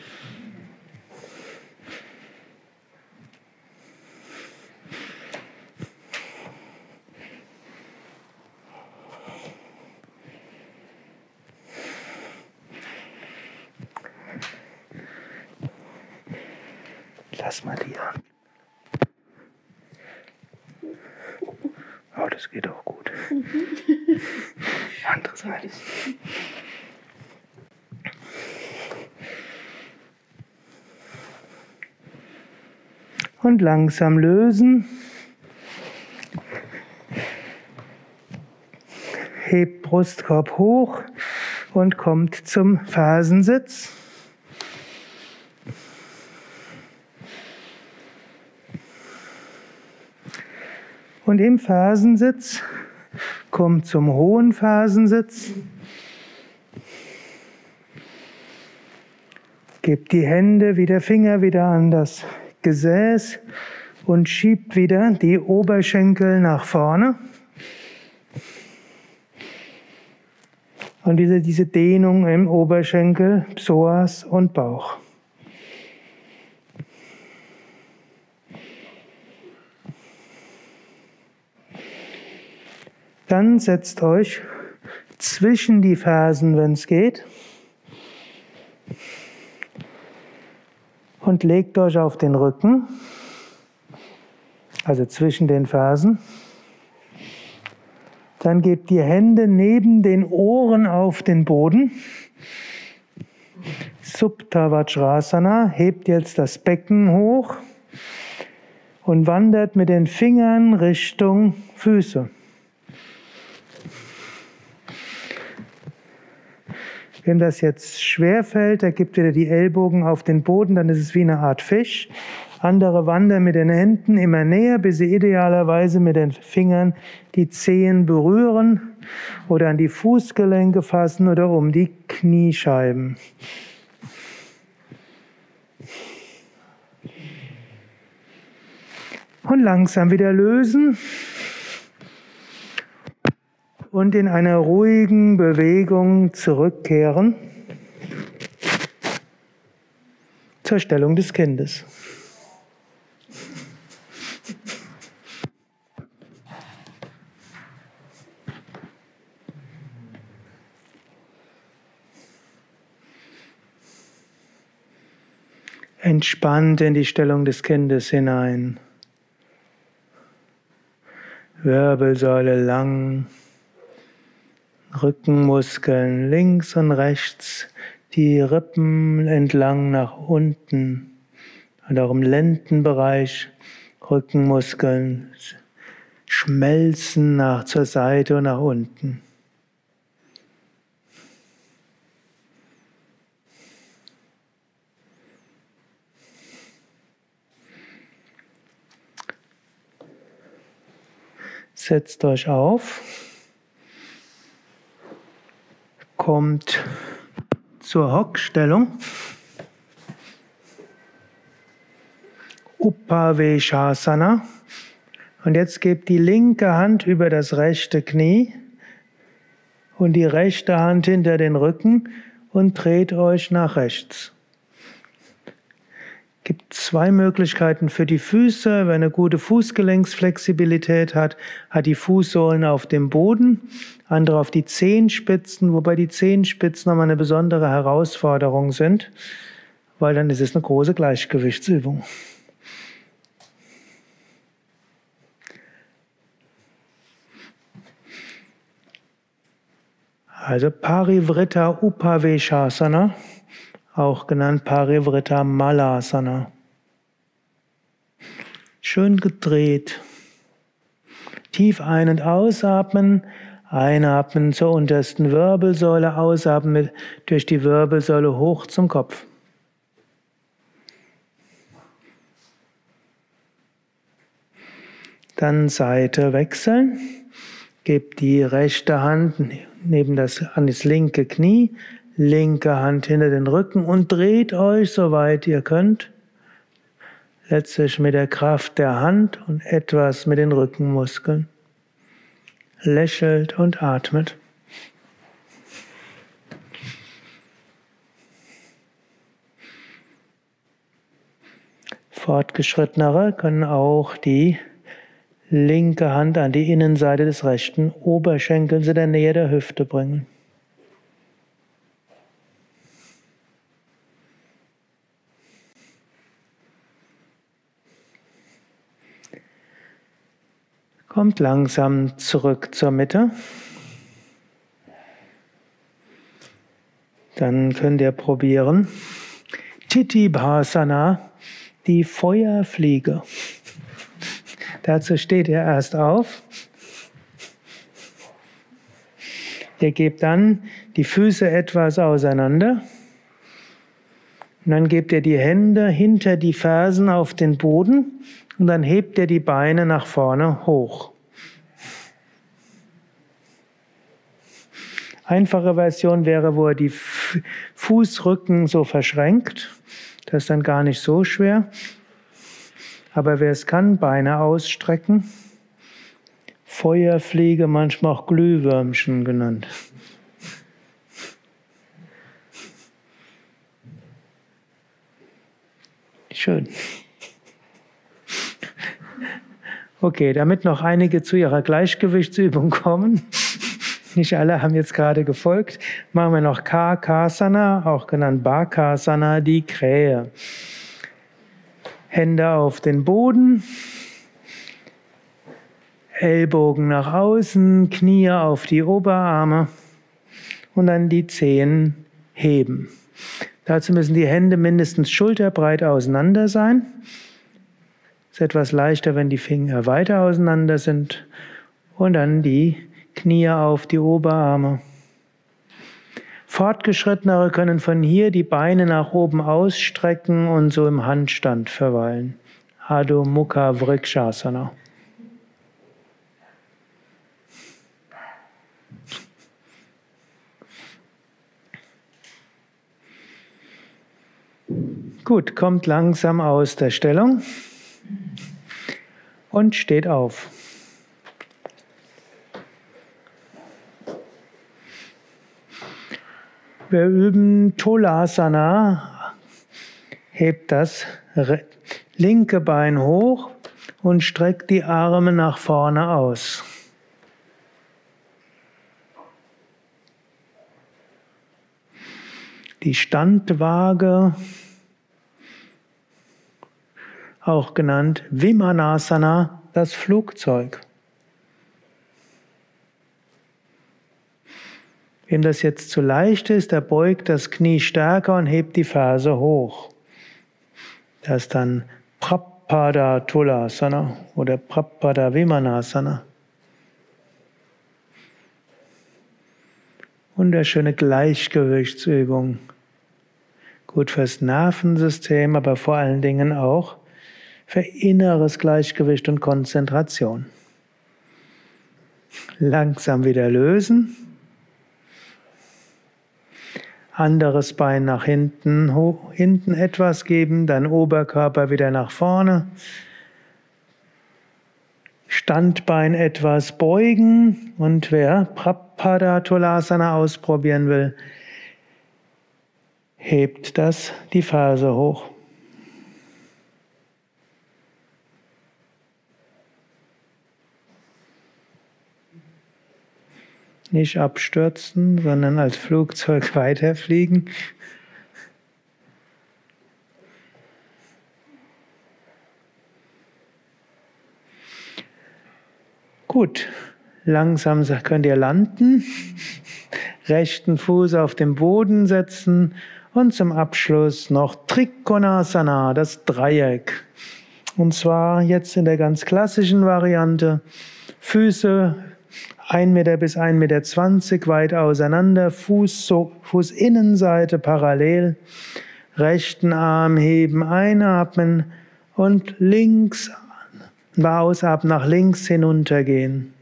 Lass mal die an. Oh, das geht auch gut. Mhm. Andere Seite. Und langsam lösen. Hebt Brustkorb hoch und kommt zum Fersensitz. Und im Fersensitz kommt zum hohen Fersensitz. Gebt die Hände wie der Finger wieder an das Gesäß und schiebt wieder die Oberschenkel nach vorne. Und diese, diese Dehnung im Oberschenkel, Psoas und Bauch. Dann setzt euch zwischen die Fersen, wenn es geht, und legt euch auf den Rücken, also zwischen den Fersen. Dann gebt die Hände neben den Ohren auf den Boden. Supta Vajrasana, hebt jetzt das Becken hoch und wandert mit den Fingern Richtung Füße. Wem das jetzt schwerfällt, der gibt wieder die Ellbogen auf den Boden, dann ist es wie eine Art Fisch. Andere wandern mit den Händen immer näher, bis sie idealerweise mit den Fingern die Zehen berühren oder an die Fußgelenke fassen oder um die Kniescheiben. Und langsam wieder lösen. Und in einer ruhigen Bewegung zurückkehren zur Stellung des Kindes. Entspannt in die Stellung des Kindes hinein. Wirbelsäule lang. Rückenmuskeln links und rechts, die Rippen entlang nach unten und auch im Lendenbereich Rückenmuskeln schmelzen nach zur Seite und nach unten. Setzt euch auf. Kommt zur Hockstellung. Upaveshasana. Und jetzt gebt die linke Hand über das rechte Knie und die rechte Hand hinter den Rücken und dreht euch nach rechts. Es gibt zwei Möglichkeiten für die Füße. Wer eine gute Fußgelenksflexibilität hat, hat die Fußsohlen auf dem Boden, andere auf die Zehenspitzen, wobei die Zehenspitzen nochmal eine besondere Herausforderung sind, weil dann ist es eine große Gleichgewichtsübung. Also Parivritta Upaveshasana, auch genannt Parivritta Malasana. Schön gedreht. Tief ein- und ausatmen. Einatmen zur untersten Wirbelsäule, ausatmen durch die Wirbelsäule hoch zum Kopf. Dann Seite wechseln. Gebt die rechte Hand neben das, an das linke Knie, linke Hand hinter den Rücken und dreht euch, soweit ihr könnt. Letztlich mit der Kraft der Hand und etwas mit den Rückenmuskeln. Lächelt und atmet. Fortgeschrittenere können auch die linke Hand an die Innenseite des rechten Oberschenkels in der Nähe der Hüfte bringen. Kommt langsam zurück zur Mitte. Dann könnt ihr probieren Titibhasana, die Feuerfliege. Dazu steht ihr erst auf. Ihr gebt dann die Füße etwas auseinander. Und dann gebt ihr die Hände hinter die Fersen auf den Boden und dann hebt ihr die Beine nach vorne hoch. Einfache Version wäre, wo ihr die Fußrücken so verschränkt. Das ist dann gar nicht so schwer. Aber wer es kann, Beine ausstrecken. Feuerfliege, manchmal auch Glühwürmchen genannt. Schön. Okay, damit noch einige zu ihrer Gleichgewichtsübung kommen. Nicht alle haben jetzt gerade gefolgt. Machen wir noch Karkasana, auch genannt Bakasana, die Krähe. Hände auf den Boden, Ellbogen nach außen, Knie auf die Oberarme und dann die Zehen heben. Dazu müssen die Hände mindestens schulterbreit auseinander sein. Es ist etwas leichter, wenn die Finger weiter auseinander sind. Und dann die Knie auf die Oberarme. Fortgeschrittenere können von hier die Beine nach oben ausstrecken und so im Handstand verweilen. Adho Mukha Vrikshasana. Gut, kommt langsam aus der Stellung und steht auf. Wir üben Tolasana. Hebt das linke Bein hoch und streckt die Arme nach vorne aus. Die Standwaage, auch genannt Vimanasana, das Flugzeug. Wem das jetzt zu leicht ist, der beugt das Knie stärker und hebt die Ferse hoch. Das ist dann Prapada Tolasana oder Prapada Vimanasana. Wunderschöne Gleichgewichtsübung. Gut fürs Nervensystem, aber vor allen Dingen auch für inneres Gleichgewicht und Konzentration. Langsam wieder lösen. Anderes Bein nach hinten, hoch, hinten etwas geben, dann Oberkörper wieder nach vorne. Standbein etwas beugen und wer Prapada Tolasana ausprobieren will, hebt das die Ferse hoch. Nicht abstürzen, sondern als Flugzeug weiterfliegen. Gut, langsam könnt ihr landen, rechten Fuß auf den Boden setzen und zum Abschluss noch Trikonasana, das Dreieck. Und zwar jetzt in der ganz klassischen Variante. Füße ein Meter bis ein Meter zwanzig weit auseinander, Fuß, so, Fußinnenseite parallel, rechten Arm heben, einatmen und links, ausatmen, nach links hinuntergehen.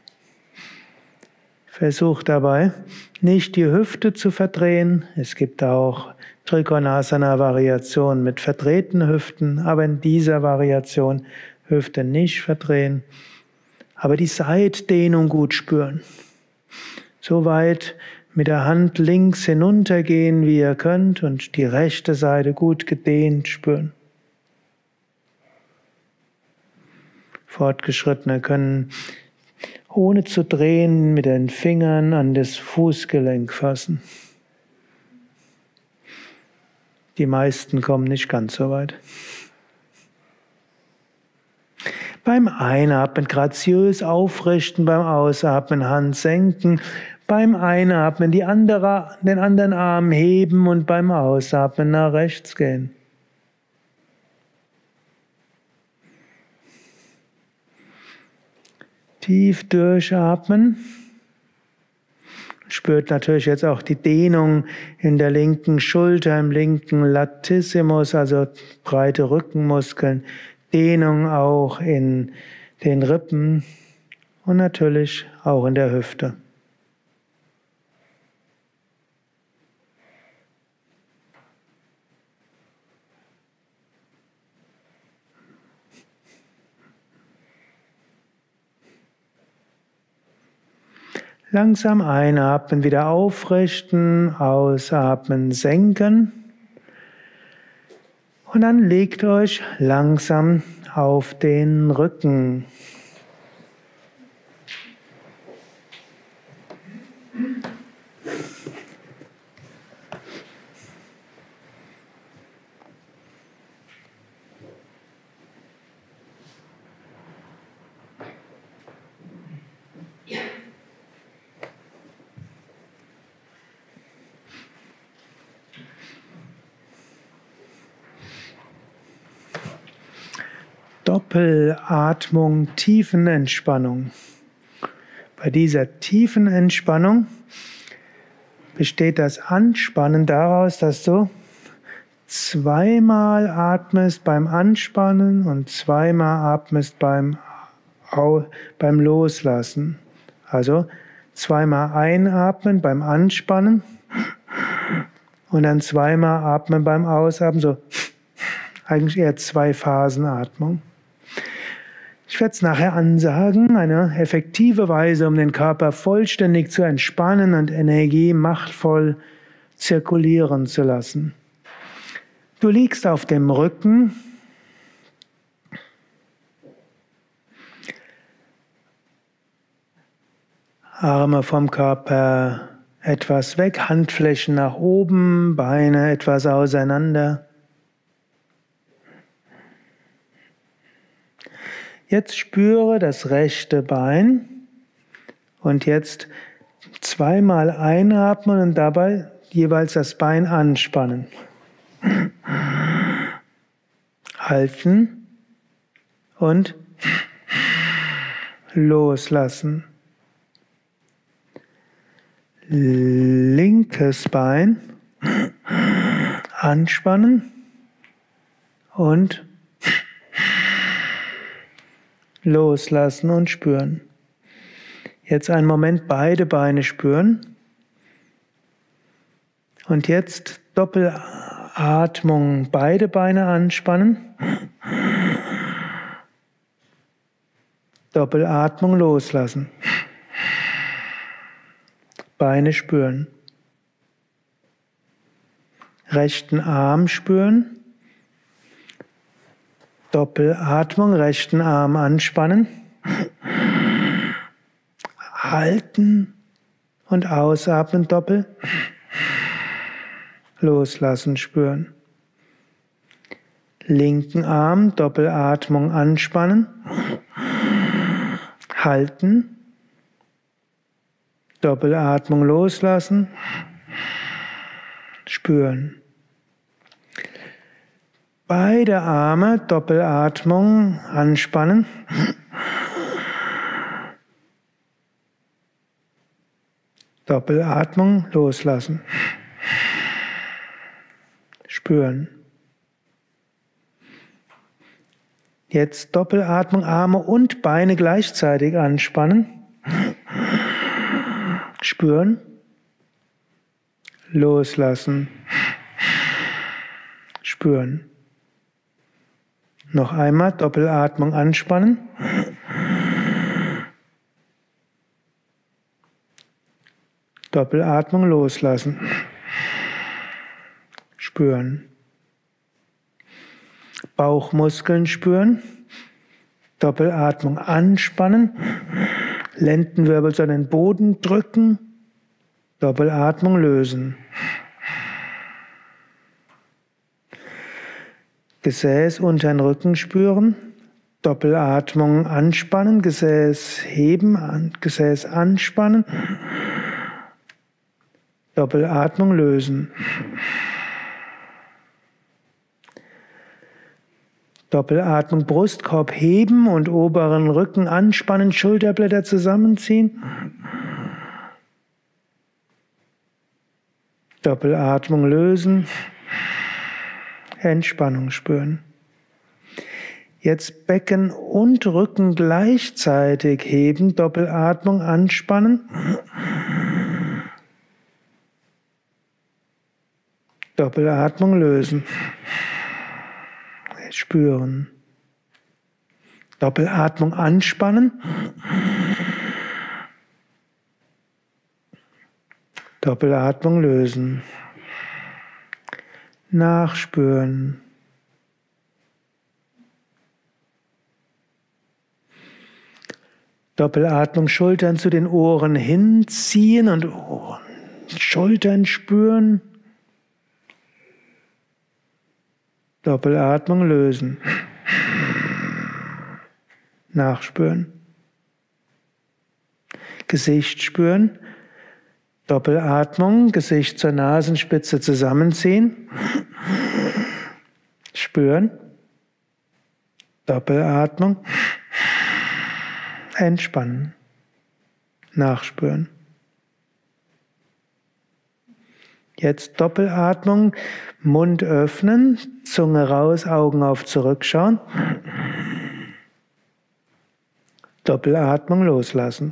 Versuch dabei, nicht die Hüfte zu verdrehen. Es gibt auch Trikonasana-Variationen mit verdrehten Hüften, aber in dieser Variation Hüfte nicht verdrehen, aber die Seitdehnung gut spüren. So weit mit der Hand links hinuntergehen, wie ihr könnt, und die rechte Seite gut gedehnt spüren. Fortgeschrittene können ohne zu drehen mit den Fingern an das Fußgelenk fassen. Die meisten kommen nicht ganz so weit. Beim Einatmen graziös aufrichten, beim Ausatmen Hand senken, beim Einatmen die andere, den anderen Arm heben und beim Ausatmen nach rechts gehen. Tief durchatmen. Spürt natürlich jetzt auch die Dehnung in der linken Schulter, im linken Latissimus, also breite Rückenmuskeln. Dehnung auch in den Rippen und natürlich auch in der Hüfte. Langsam einatmen, wieder aufrichten, ausatmen, senken. Und dann legt euch langsam auf den Rücken. Doppelatmung, Tiefenentspannung. Bei dieser tiefen Entspannung besteht das Anspannen daraus, dass du zweimal atmest beim Anspannen und zweimal atmest beim, beim Loslassen. Also zweimal einatmen beim Anspannen und dann zweimal atmen beim Ausatmen. So eigentlich eher zwei Phasen Atmung. Ich werde es nachher ansagen, eine effektive Weise, um den Körper vollständig zu entspannen und Energie machtvoll zirkulieren zu lassen. Du liegst auf dem Rücken, Arme vom Körper etwas weg, Handflächen nach oben, Beine etwas auseinander. Jetzt spüre das rechte Bein und jetzt zweimal einatmen und dabei jeweils das Bein anspannen. Halten und loslassen. Linkes Bein anspannen und loslassen und spüren. Jetzt einen Moment beide Beine spüren. Und jetzt Doppelatmung, beide Beine anspannen. Doppelatmung loslassen. Beine spüren. Rechten Arm spüren. Doppelatmung, rechten Arm anspannen. Halten und ausatmen doppel. Loslassen, spüren. Linken Arm, Doppelatmung anspannen. Halten. Doppelatmung loslassen. Spüren. Beide Arme, Doppelatmung anspannen. Doppelatmung, loslassen. Spüren. Jetzt Doppelatmung, Arme und Beine gleichzeitig anspannen. Spüren. Loslassen. Spüren. Noch einmal Doppelatmung anspannen. Doppelatmung loslassen. Spüren. Bauchmuskeln spüren. Doppelatmung anspannen. Lendenwirbel an den Boden drücken. Doppelatmung lösen. Gesäß unter den Rücken spüren. Doppelatmung anspannen. Gesäß heben. Gesäß anspannen. Doppelatmung lösen. Doppelatmung, Brustkorb heben und oberen Rücken anspannen, Schulterblätter zusammenziehen. Doppelatmung lösen. Entspannung spüren. Jetzt Becken und Rücken gleichzeitig heben, Doppelatmung anspannen. Doppelatmung lösen. Spüren. Doppelatmung anspannen. Doppelatmung lösen. Nachspüren. Doppelatmung, Schultern zu den Ohren hinziehen und Ohren, Schultern spüren. Doppelatmung lösen. Nachspüren. Gesicht spüren. Doppelatmung, Gesicht zur Nasenspitze zusammenziehen. Spüren. Doppelatmung. Entspannen. Nachspüren. Jetzt Doppelatmung, Mund öffnen, Zunge raus, Augen auf zurückschauen. Doppelatmung loslassen.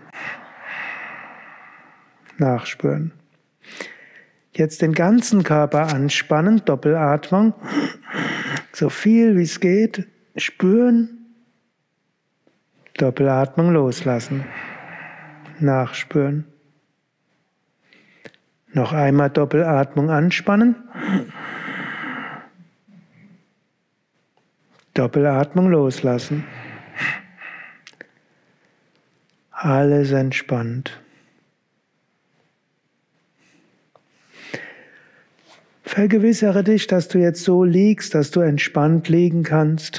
Nachspüren. Jetzt den ganzen Körper anspannen, Doppelatmung. So viel wie es geht, spüren. Doppelatmung loslassen. Nachspüren. Noch einmal Doppelatmung anspannen. Doppelatmung loslassen. Alles entspannt. Vergewissere dich, dass du jetzt so liegst, dass du entspannt liegen kannst.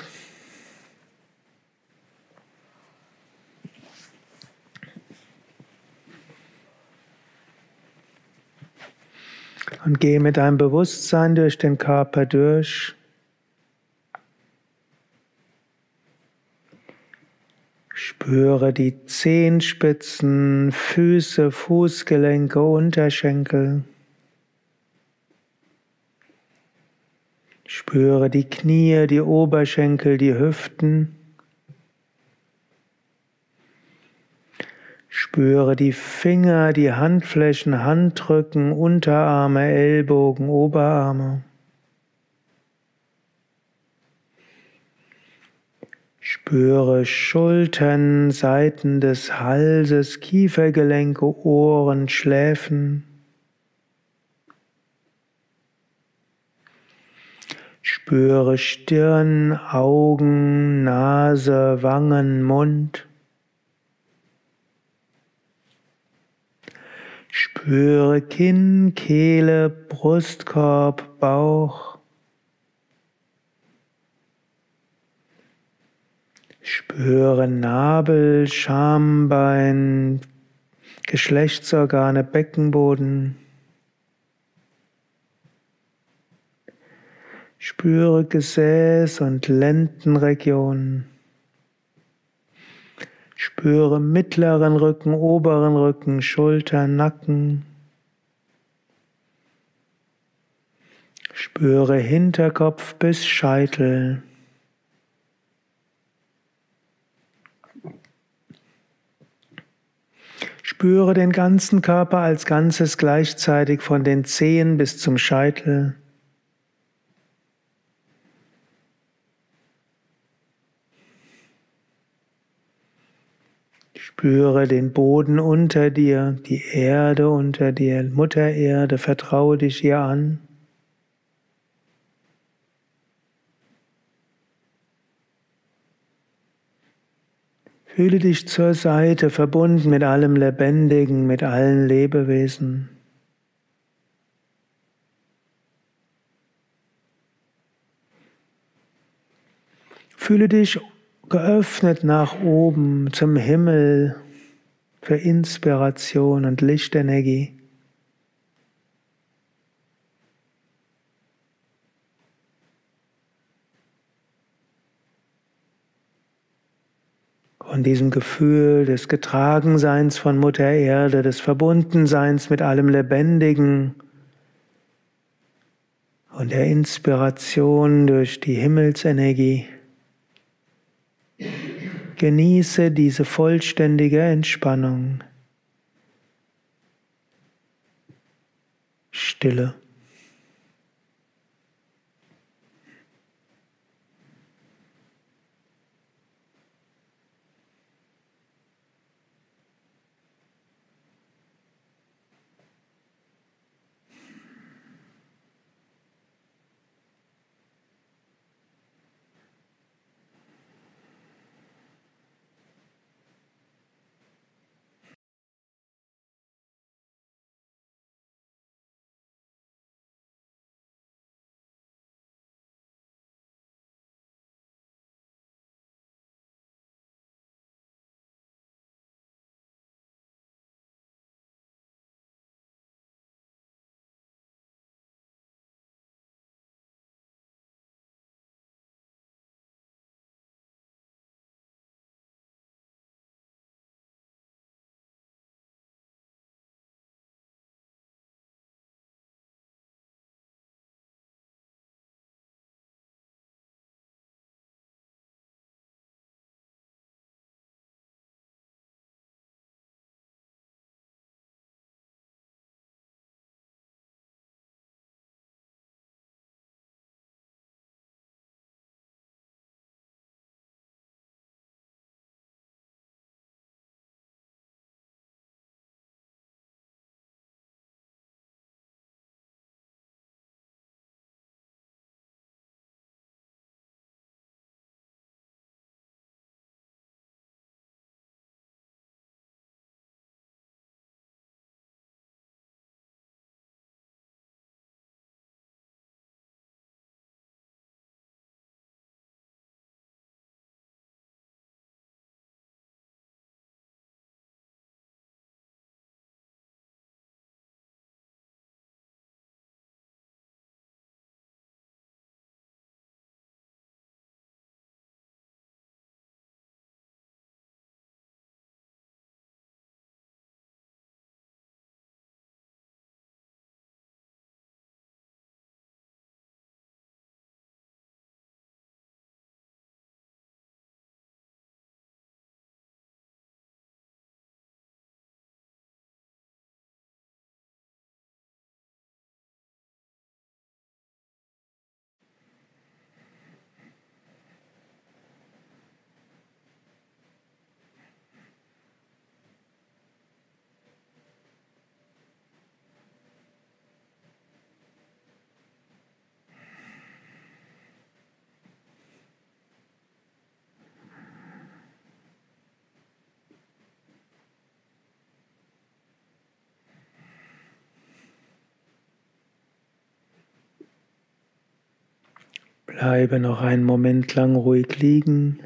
Und gehe mit deinem Bewusstsein durch den Körper durch. Spüre die Zehenspitzen, Füße, Fußgelenke, Unterschenkel. Spüre die Knie, die Oberschenkel, die Hüften. Spüre die Finger, die Handflächen, Handrücken, Unterarme, Ellbogen, Oberarme. Spüre Schultern, Seiten des Halses, Kiefergelenke, Ohren, Schläfen. Spüre Stirn, Augen, Nase, Wangen, Mund. Spüre Kinn, Kehle, Brustkorb, Bauch. Spüre Nabel, Schambein, Geschlechtsorgane, Beckenboden. Spüre Gesäß und Lendenregion. Spüre mittleren Rücken, oberen Rücken, Schultern, Nacken. Spüre Hinterkopf bis Scheitel. Spüre den ganzen Körper als Ganzes gleichzeitig von den Zehen bis zum Scheitel. Spüre den Boden unter dir, die Erde unter dir, Mutter Erde, vertraue dich ihr an. Fühle dich zur Seite, verbunden mit allem Lebendigen, mit allen Lebewesen. Fühle dich geöffnet nach oben zum Himmel für Inspiration und Lichtenergie. Von diesem Gefühl des Getragenseins von Mutter Erde, des Verbundenseins mit allem Lebendigen und der Inspiration durch die Himmelsenergie. Genieße diese vollständige Entspannung. Stille. Bleibe noch einen Moment lang ruhig liegen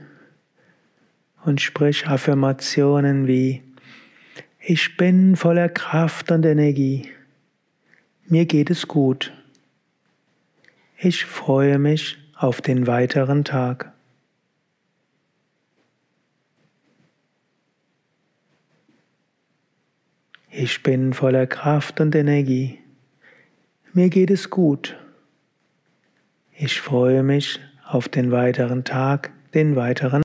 und sprich Affirmationen wie: Ich bin voller Kraft und Energie. Mir geht es gut. Ich freue mich auf den weiteren Tag. Ich bin voller Kraft und Energie. Mir geht es gut. Ich freue mich auf den weiteren Tag, den weiteren